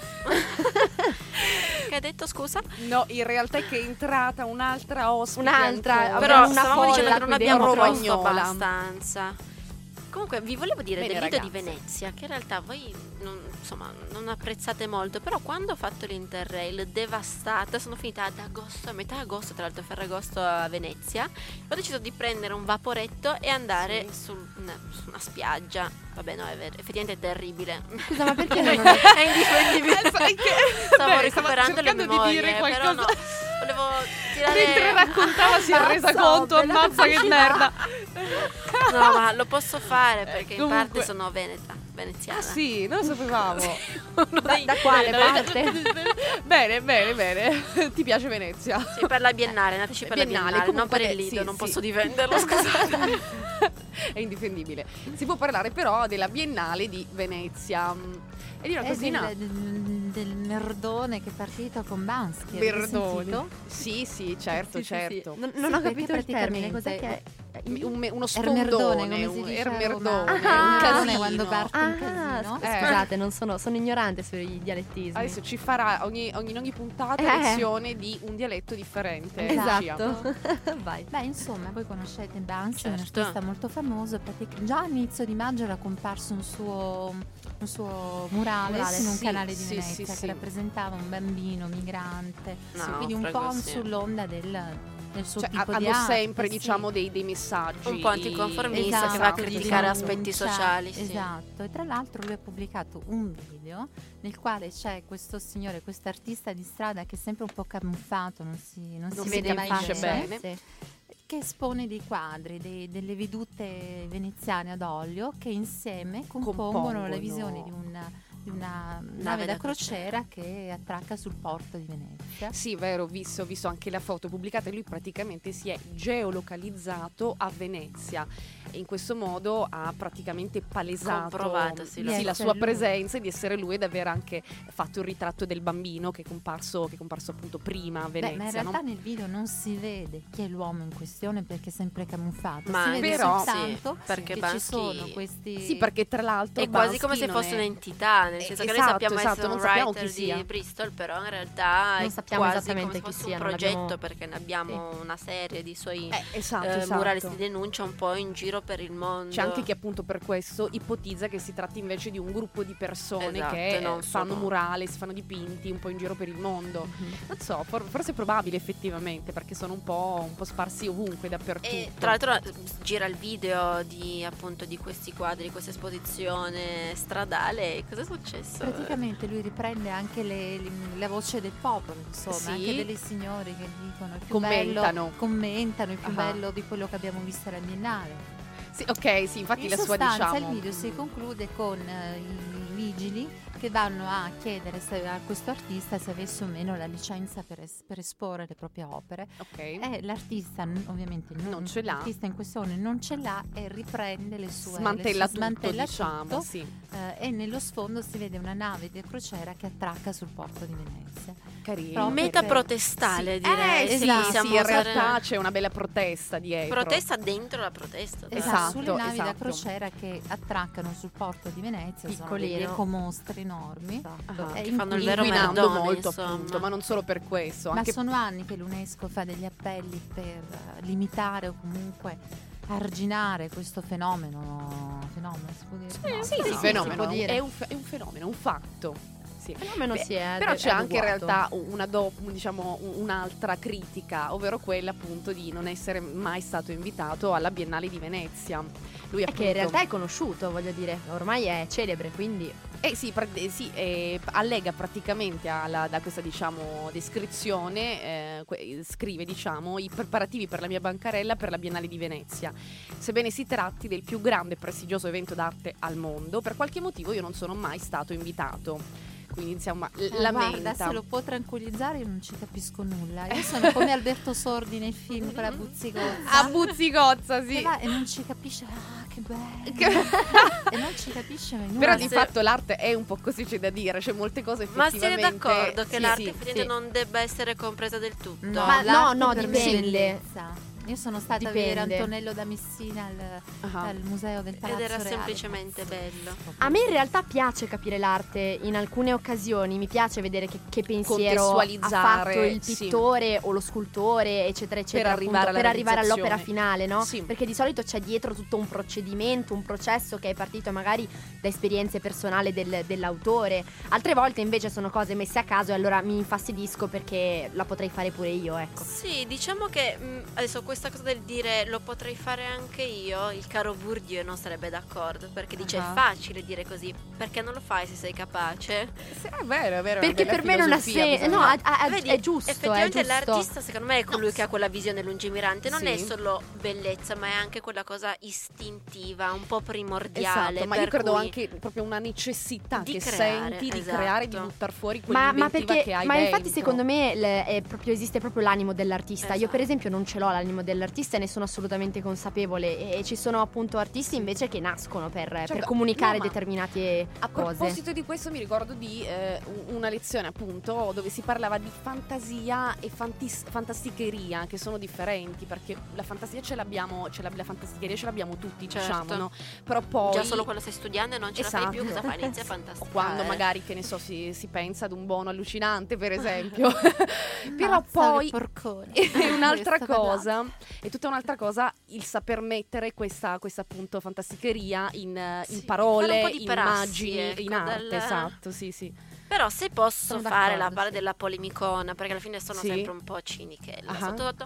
Che hai detto, scusa? No, in realtà è che è entrata un'altra ospite. Un'altra, ancora. abbiamo Però una stavamo dicendo folla che non qui abbiamo dentro. proposto Romagnola. abbastanza. Comunque vi volevo dire Bene, del lido di ragazze. Venezia, che in realtà voi non, insomma, non apprezzate molto, però quando ho fatto l'Interrail devastata, sono finita ad agosto, a metà agosto, tra l'altro a Ferragosto a Venezia, ho deciso di prendere un vaporetto e andare su, una, su una spiaggia. Vabbè, no, è vero, effettivamente è terribile. Scusa, ma perché non È indifendibile. Sai che- Stavo Beh, stavo recuperando le cercando di memorie, dire però qualcosa. no. Volevo tirare... Mentre raccontava si è resa conto, bella ammazza che pubblicità. merda. No, ma lo posso fare perché in Comunque- parte sono veneta, veneziana. Ah sì, non lo sapevamo. Da, da quale parte? Bene, bene, bene. Ti piace Venezia? Sì, per la biennale, nateci per Biennale, la biennale, non comunque, per il beh, lido, sì, non sì. posso difenderlo, scusate. È indifendibile. Si può parlare però della Biennale di Venezia. E di una È cosina. del, del, del merdone che è partito con Bansky. avete Berdone. sentito? Sì, sì, certo, Sì, sì, certo. sì. Non, non Sì, ho perché capito il termine, cos'è praticamente- che Un me- uno Ermerdone, sfondone, come si un dice a ermerdone, Roma. un Ah, casino. quando parte un Ah, casino. sc- Eh. scusate, non sono, sono ignorante sui dialettismi. Adesso ci farà ogni, ogni, in ogni puntata Eh. lezione di un dialetto differente. Esatto. Vai. Beh, insomma, voi conoscete Bansky, un Certo. artista molto famoso. pratic- Già all'inizio di maggio era comparso un suo, un suo murale, Murale, in un sì, canale di sì, Venezia sì, che sì. rappresentava un bambino migrante. No, Sì, quindi un po' prego, sì. sull'onda del, del suo Cioè, tipo ha- di hanno arte, sempre, sì. diciamo, dei, dei messaggi. Un po' anticonformista Esatto, che va a di criticare denuncia. aspetti sociali, sì. Esatto, e tra l'altro lui ha pubblicato un video nel quale c'è questo signore, questo artista di strada che è sempre un po' camuffato, non si, non Non si si vede mai capisce bene, bene. che espone dei quadri, dei- delle vedute veneziane ad olio che insieme compongono, Compongono. la visione di una, di una nave, Nave da da crociera che attracca sul porto di Venezia. Sì, vero, ho visto, ho visto anche la foto pubblicata e lui praticamente si è geolocalizzato a Venezia e in questo modo ha praticamente palesato Comprovato, sì, sì, lo la so. sua Lui. presenza e di essere lui ed aver anche fatto il ritratto del bambino che è comparso, che è comparso appunto prima a Beh, Venezia. ma in realtà no? nel video non si vede chi è l'uomo in questione perché è sempre camuffato, Ma si vede però- soltanto sì, perché che Bansky- ci sono questi Sì, perché tra l'altro È quasi come Bansky se non fosse è- un'entità, nel senso Eh, che esatto, noi sappiamo esatto, essere non un sappiamo writer chi sia. di Bristol, però in realtà Non è sappiamo quasi esattamente come se chi fosse sia, un non progetto, abbiamo- perché ne abbiamo una serie di suoi Eh, esatto, eh, esatto. murales di denuncia un po' in giro per il mondo. C'è anche chi appunto per questo ipotizza che si tratti invece di un gruppo di persone Esatto, che non eh, fanno solo- murales, fanno dipinti un po' in giro per il mondo. Mhm. Non so, for- forse è probabile effettivamente perché sono un po', un po' sparsi ovunque, dappertutto. E tra l'altro eh, gira il video di appunto di questi quadri, questa esposizione stradale. Cosa è successo? Praticamente lui riprende anche le- le- la voce del popolo, insomma, Sì. anche delle signore che dicono il più Commentano. bello, commentano il più Ah. bello di quello che abbiamo visto alla Biennale. Sì, ok, sì, infatti In la sua sostanza diciamo il video si conclude con eh, i vigili che vanno a chiedere se, a questo artista se avesse o meno la licenza per, es- per esporre le proprie opere. ok. E l'artista n- ovviamente non, Non ce l'ha. l'artista in questione non ce l'ha e riprende le sue smantella le sue- tutto, smantella diciamo, tutto, sì. eh, e nello sfondo si vede una nave di crociera che attracca sul porto di Venezia. Carino. Proprio Meta per- protestale, Sì. direi. Eh, sì, esatto. sì, possiamo in usare- realtà c'è una bella protesta dietro. protesta dentro la protesta. però. Esatto, Esatto, sulle navi da esatto. crociera che attraccano sul porto di Venezia sono Piccolino. degli ecomostri enormi. Ah, eh, che in fanno il cui- vero inquinando merdone, molto insomma. appunto, ma non solo per questo, Ma anche sono anni che l'UNESCO fa degli appelli per eh, limitare o comunque arginare questo fenomeno. Fenomeno, si può dire? No, sì, sì, si fenomeno, può dire. È, un, fe- è un fenomeno, un fatto. sì. Fenomeno Beh, si è però ade- c'è anche in adeguato. realtà una do- diciamo un'altra critica, ovvero quella appunto di non essere mai stato invitato alla Biennale di Venezia. Lui È appunto che in realtà è conosciuto, voglio dire, ormai è celebre, quindi Eh sì, pra- eh, sì, eh, allega praticamente alla, da questa diciamo descrizione, eh, que- scrive diciamo i preparativi per la mia bancarella per la Biennale di Venezia. Sebbene si tratti del più grande e prestigioso evento d'arte al mondo, per qualche motivo io non sono mai stato invitato. Quindi insomma l- Eh, lamenta. Guarda, se lo può tranquillizzare, io non ci capisco nulla. Io sono come Alberto Sordi nel film con la buzzicozza. A buzzicozza, sì. E, va, e non ci capisce. Ah, che bello. Che- E non ci capisce nulla. Però di se- fatto l'arte è un po' così, c'è da dire, c'è molte cose Ma effettivamente. siete d'accordo che sì, l'arte sì, effettivamente sì. non debba essere compresa del tutto? No, Ma l'arte no, no, per me è dipende. bellezza. Io sono stata a vedere Dipende. Antonello da Messina al, Ah. al museo del Ed Palazzo era Reale. semplicemente bello. a me in realtà piace capire l'arte in alcune occasioni, mi piace vedere che, che pensiero ha Contestualizzare, fatto il sì. pittore o lo scultore, eccetera, eccetera, arrivare appunto, alla per arrivare all'opera realizzazione. finale, no? Sì. Perché di solito c'è dietro tutto un procedimento, un processo che è partito magari da esperienze personali del- dell'autore. Altre volte invece sono cose messe a caso e allora mi infastidisco perché la potrei fare pure io, ecco. Sì, diciamo che mh, adesso questa cosa del dire lo potrei fare anche io, il caro Bourdieu non sarebbe d'accordo, perché dice Ah. è facile dire così, perché non lo fai se sei capace? Sì, è vero, è vero. è una Perché bella per me non ha filosofia, senso. bisogna- No, ha- ha- Vedi, è giusto, è effettivamente giusto. l'artista secondo me è colui No, che ha quella visione lungimirante, non sì. è solo bellezza, ma è anche quella cosa istintiva, un po' primordiale. Esatto, ma io per credo cui- anche proprio una necessità Di che creare, senti di esatto. creare, di buttare fuori Ma, ma quell'inventiva perché che hai ma infatti dentro. secondo me le- è proprio, esiste proprio l'animo dell'artista. Io Esatto. per esempio non ce l'ho l'animo dell'artista e ne sono assolutamente consapevole e, e ci sono appunto artisti invece che nascono per, per Certo, comunicare no, ma determinate A cose. proposito di questo mi ricordo di eh, un- una lezione appunto dove si parlava di fantasia e fantis- fantasticheria, che sono differenti, perché la fantasia ce l'abbiamo, ce l'ab- la fantasticheria ce l'abbiamo tutti, Certo. diciamo, no? Però poi Già solo quando stai studiando e non ce la fai più, Esatto. cosa fai? Inizi a fantasticare. o quando magari, che ne so, si, si pensa ad un buono allucinante, per esempio. Però Mazza, poi che porcone. è un'altra Sto parlando. cosa, è tutta un'altra cosa il saper mettere questa, questa appunto fantasticheria in, eh, in Sì, parole, fare un po' di in prassi, immagini, ecco, in arte, dal- esatto, sì, sì. Però se posso Sono fare la d'accordo, parte sì. della polemicona, perché alla fine sono Sì. sempre un po' cinichella, Ah. sotto sotto,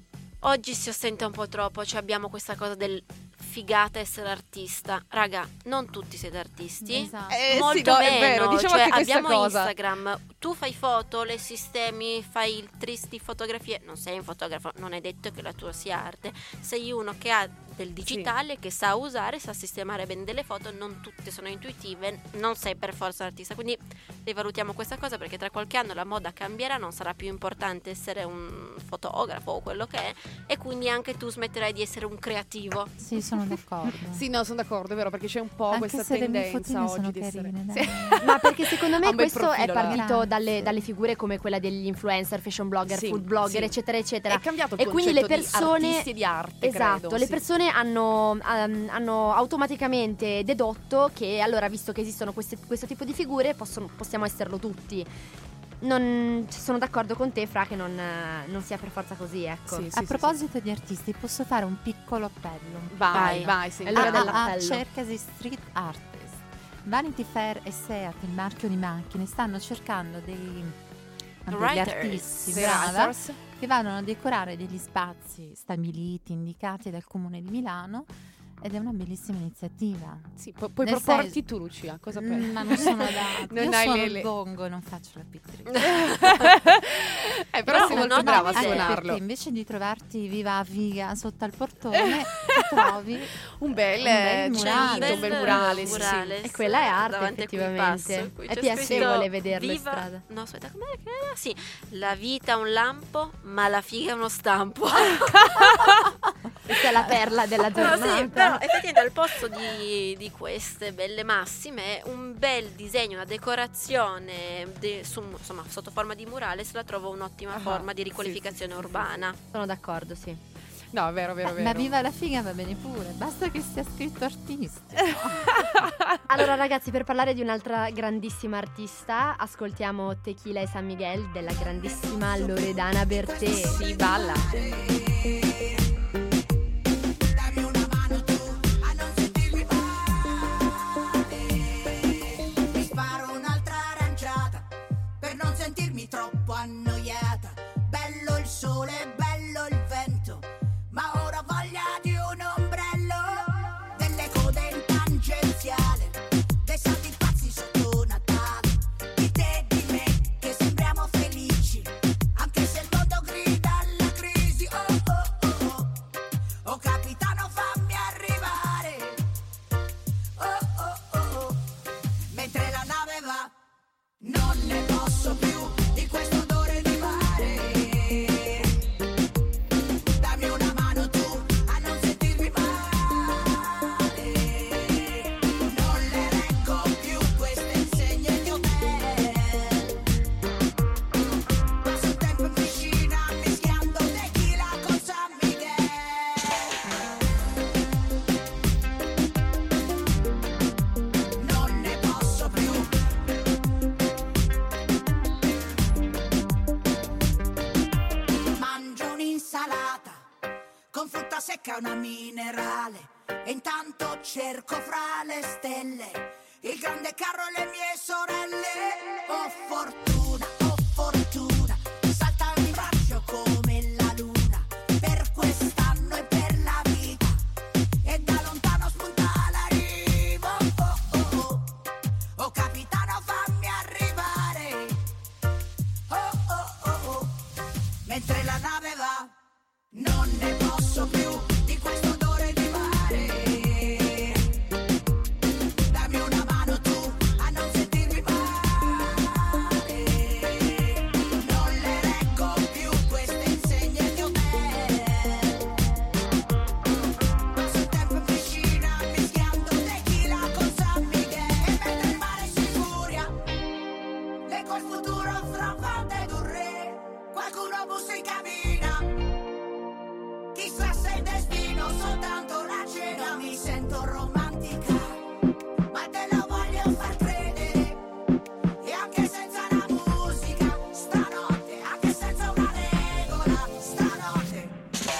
oggi si ostenta un po' troppo, cioè abbiamo questa cosa del figata essere artista. Raga, non tutti siete artisti. Esatto. Eh, sì, Molto no, meno, è vero, diciamo cioè anche questa abbiamo cosa. Instagram, tu fai foto, le sistemi, fai il tristi fotografie, non sei un fotografo, non è detto che la tua sia arte, sei uno che ha del digitale, che sa usare, sa sistemare bene delle foto, non tutte sono intuitive, non sei per forza un artista, quindi rivalutiamo questa cosa perché tra qualche anno la moda cambierà, non sarà più importante essere un fotografo o quello che è e quindi anche tu smetterai di essere un creativo. Sì, sono d'accordo. Sì, no, sono d'accordo, è vero, perché c'è un po' Anche questa se le mie tendenza fotine oggi sono di essere... carine, Sì. dai. Ma perché secondo Ha me un bel questo è profilo, la- partito dalle, Grazie. dalle figure come quella degli influencer, fashion blogger, Sì, food blogger, sì. eccetera, eccetera. È cambiato il E quindi le concetto di persone artisti e di arte, Esatto, credo, le sì. persone hanno, ehm, hanno automaticamente dedotto che allora, visto che esistono queste- questo tipo di figure, possono- possiamo esserlo tutti. Non sono d'accordo con te, Fra, che non, eh, non sia per forza così, ecco. Sì, sì, A sì, proposito di artisti, posso fare un piccolo appello? sì. Vai, Vai. vai, sì. È l'ora Ah, dell'appello. ah, ah, cercasi street artist. Vanity Fair e Seat, il marchio di macchine, stanno cercando dei, degli Writers, artisti Sì, brava, writers. che vanno a decorare degli spazi stabiliti, indicati dal comune di Milano, ed è una bellissima iniziativa. Sì, pu- puoi Nel proporti senso- tu, Lucia, cosa Mm, pensi? ma non sono adatta. Non Io hai sono le- il le- bongo e non faccio la pittrice. eh, però Però sei un molto ottimo brava a idea, Eh, suonarlo. perché invece di trovarti viva a viga sotto al portone, ti trovi Un bel, Un bel eh, murale. cemento, un bel murale, sì, sì. murale, E quella è arte, davanti a cui effettivamente. passo. Qui È c'è piacevole scritto, vederlo in "Viva-" strada. No, aspetta, com'era che era? Sì, la vita è un lampo, ma la figa è uno stampo. Questa è la perla della Però giornata. sì, però effettivamente al posto di, di queste belle massime, un bel disegno, una decorazione de- su, insomma, sotto forma di murale, se la trovo un'ottima Ah, forma di sì, riqualificazione sì, sì, sì, urbana. Sono d'accordo, sì. No, è vero, vero, Eh, vero. ma viva la figa va bene pure, basta che sia scritto artisti. Allora ragazzi, per parlare di un'altra grandissima artista, ascoltiamo Tequila e San Miguel della grandissima Loredana Bertè. Si balla. Mi sparo un'altra arancia secca è una minerale. E intanto cerco fra le stelle il grande carro e le mie sorelle. Oh fortuna, oh fortuna, salta in braccio come la luna, per quest'anno e per la vita, e da lontano spunta la riva. Oh oh oh, oh capitano fammi arrivare. Oh oh oh oh, mentre la nave va, non ne posso più di questo odore di mare. Dammi una mano tu a non sentirmi male. Non le reggo più queste insegne di hotel. Sul tempo in piscina mischiando tequila con San Miguel. E mentre il mare si furia, leggo il futuro fra un fante ed un re. Qualcuno bussa in cabina. Chissà se il destino soltanto la cena. Mi sento romantica, ma te lo voglio far credere. E anche senza la musica, stanotte, anche senza una regola, stanotte.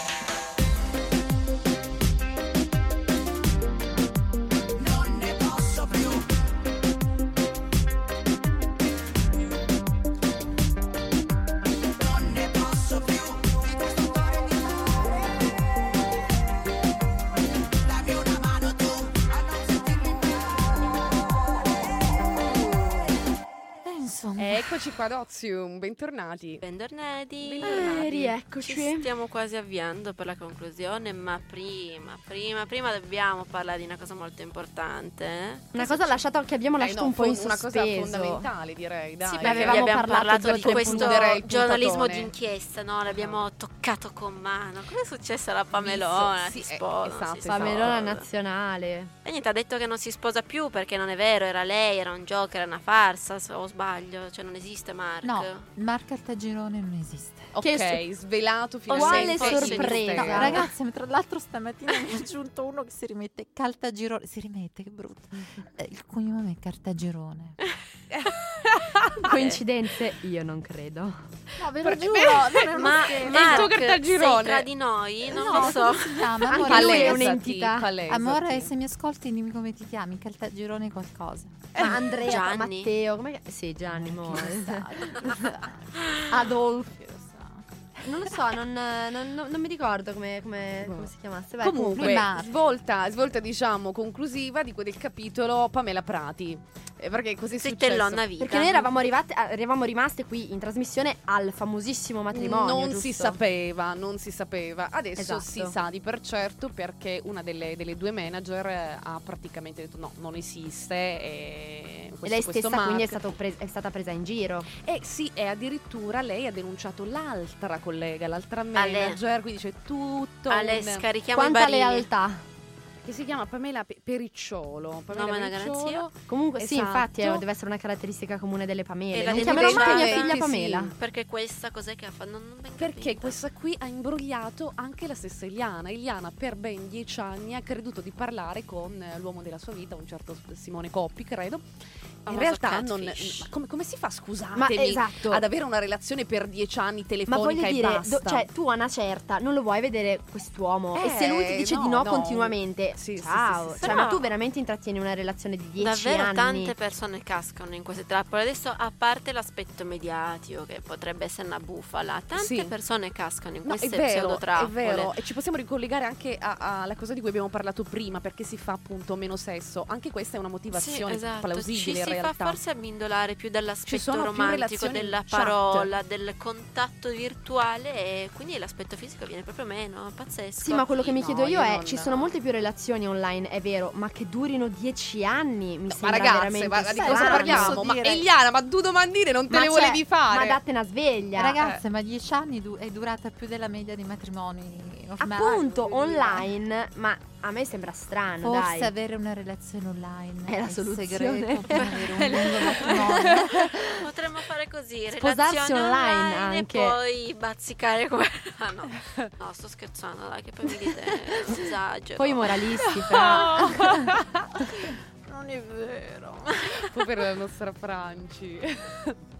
Non ne posso più. Non ne posso più di questo cuore di mare. Dammi una mano tu a non sentirmi Eh, insomma. Eccoci qua ad Ozium, bentornati. Bentornati. Eh, rieccoci. Ci stiamo quasi avviando per la conclusione, ma prima, prima, prima dobbiamo parlare di una cosa molto importante. eh? Una cosa lasciata che abbiamo Eh, lasciato no, un po' in fo- una cosa sospeso. fondamentale, direi, dai. Sì, Beh, perché avevamo vi abbiamo parlato parlato due di o tre questo puntate. giornalismo puntatone. d'inchiesta, no? L'abbiamo toccato con mano. Cosa è successo alla Pamelona? Sì, si eh, sposa, esatto, si Pamelona sposa. nazionale. E niente, ha detto che non si sposa più perché non è vero, era lei, era un gioco, era una farsa, se- o sbaglio, cioè non esiste Mark. No, Mark Caltagirone non esiste. Ok, Che svelato Quale finalmente. sorpresa. il No, mistero. Esatto. ragazzi, tra l'altro stamattina mi è aggiunto uno che si rimette Caltagirone. Si rimette, che brutto. Eh, il cognome è Cartagirone. Coincidenze? Io non credo. No, ve lo lo giuro, giuro, non non è Ma il tuo Mark, Cartagirone. sei tra di noi? Non No, lo so. come si chiama? Anche Amore, lui è Palesati, un'entità. palesati. Amore, se mi ascolti dimmi come ti chiami, Caltagirone qualcosa. Ma Andrea, Gianni. Matteo, come Sì, Gianni, mo. Chi lo sa, chi lo sa. Adolfo. Chi lo sa. Non lo so, non, non- non- non mi ricordo come, come- come si chiamasse. Beh, Comunque, Mark. svolta, svolta diciamo conclusiva di quel del capitolo Pamela Prati. Eh, perché così è Zittellonna successo. vita. Perché noi eravamo, arrivate, eravamo rimaste qui in trasmissione al famosissimo matrimonio. Non giusto? si sapeva, non si sapeva. Adesso Esatto. si sa di per certo perché una delle, delle due manager eh, ha praticamente detto no, non esiste. E, E lei stessa quindi è, Mark- stato pres- è stata presa in giro. Eh sì, e addirittura lei ha denunciato l'altra collega, l'altra Ale. manager, quindi c'è tutto Ale, un... scarichiamo Quanta i barili. lealtà. che si chiama Pamela Pe- Pericciolo. Pamela Nome e una Pericciolo. garanzia. Comunque sì, Esatto. infatti eh, deve essere una caratteristica comune delle E Pamele. la Non chiamerò mai mia denuncia- figlia sì, Pamela. sì. Perché questa cos'è che ha fatto? Non, non ben Perché capito. questa qui ha imbrogliato anche la stessa Eliana. Eliana per ben dieci anni ha creduto di parlare con eh, l'uomo della sua vita, un certo Simone Coppi, credo. In Famoso realtà non, catfish. ma come, come si fa, Ma scusatemi, esatto. ad avere una relazione per dieci anni Ma telefonica voglio e dire, basta? do- cioè tu a una certa non lo vuoi vedere quest'uomo e se lui ti Eh, dice no, di no, no. continuamente, Sì, sì, ciao, sì, sì, sì. cioè Però- ma tu veramente intrattieni una relazione di dieci Davvero anni? tante persone cascano in queste trappole. Adesso, a parte l'aspetto mediatico, che potrebbe essere una bufala, tante Sì. persone cascano in No, è queste vero, è pseudotrappole. vero, e ci possiamo ricollegare anche a- alla cosa di cui abbiamo parlato prima, perché si fa appunto meno sesso. Anche questa è una motivazione Sì, esatto. plausibile Ci in si realtà. fa forse abbindolare più dall'aspetto Ci sono più romantico, relazioni della in chat. parola, del contatto virtuale, e quindi l'aspetto fisico viene proprio meno. Pazzesco. Sì, ma quello che mi No, chiedo io, io è non- ci sono molte più relazioni online, è vero, ma che durino dieci anni mi Ma sembra ragazze, veramente ma di strano. cosa parliamo? posso Ma dire- Eliana, ma due domandine non te Ma le cioè, volevi fare? Ma datte una sveglia. Ragazze, ma dieci anni du- è durata più della media di matrimoni ormai, Appunto, voglio dire. online, ma a me sembra strano, Forse dai. avere una relazione online È la il soluzione. segreto per avere un lungo matrimonio. Potremmo fare così, Sposarsi relazioni online online anche. e poi bazzicare come... Ah, no. no, sto scherzando, dai, che poi mi dite esagero. Poi i moralisti, però. Non è vero. Povera la nostra Franci.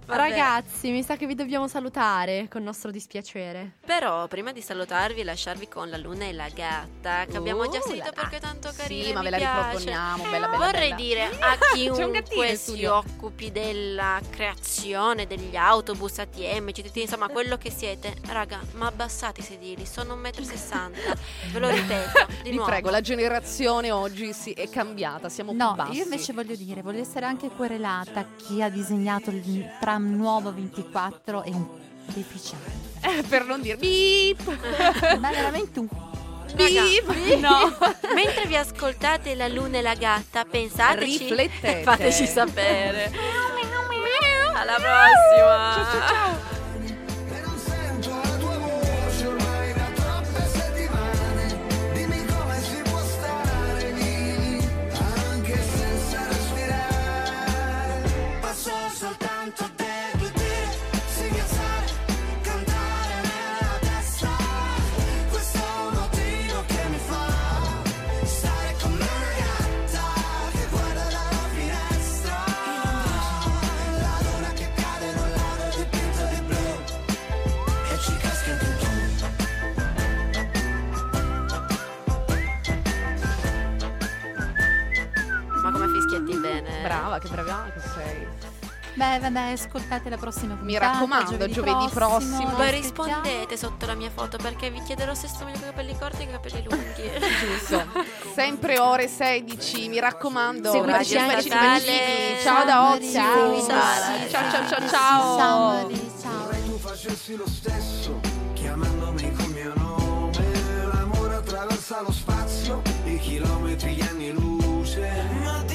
Vabbè. Ragazzi, mi sa che vi dobbiamo salutare con nostro dispiacere. Però prima di salutarvi, lasciarvi con La luna e la gatta, che abbiamo già Uh, sentito la- perché è tanto carina. Sì, ma mi ve la piace. riproponiamo, bella bella Vorrei bella. dire a C'è un gattino chiunque in si studio. occupi della creazione degli autobus A T M, C T T, insomma quello che siete, raga, ma abbassate i sedili, sono un metro e sessanta, ve lo ripeto di Vi nuovo. prego, la generazione oggi si è cambiata, siamo più No, bassi. io invece voglio dire, voglio essere anche querelata chi ha disegnato il tram nuovo ventiquattro è un deficiente. Eh, per non dire beep. Ma veramente un Raga, Beep. no. mentre vi ascoltate La luna e la gatta, pensateci Riflettete. e fateci sapere. Alla prossima. Ciao ciao ciao. E non sento la tua voce ormai da troppe settimane. Dimmi come si può stare lì anche senza respirare. Passo soltanto dentro te, singhiazzare, cantare nella testa. Questo è un motivo che mi fa stare come una gatta che guarda dalla finestra. La luna che cade in un lago dipinto di blu e ci casca in tutto. Ma come fischietti bene. Brava, che brava che sei. Beh, vabbè, ascoltate la prossima puntata. Mi raccomando, giovedì prossimo. Poi vi rispondete sotto la mia foto perché vi chiederò se sto meglio con i capelli corti o con i capelli lunghi. Giusto. Sempre ore sedici, mi raccomando. Seguiteci Radio anche Statale. Statale. Ciao da Ozio. Ciao, Ciao. Ciao ciao ciao Ciao, ciao. amori, ciao. Vorrei tu facessi lo stesso, chiamandomi col mio nome. L'amore attraversa lo spazio, i chilometri, gli anni luce. Ma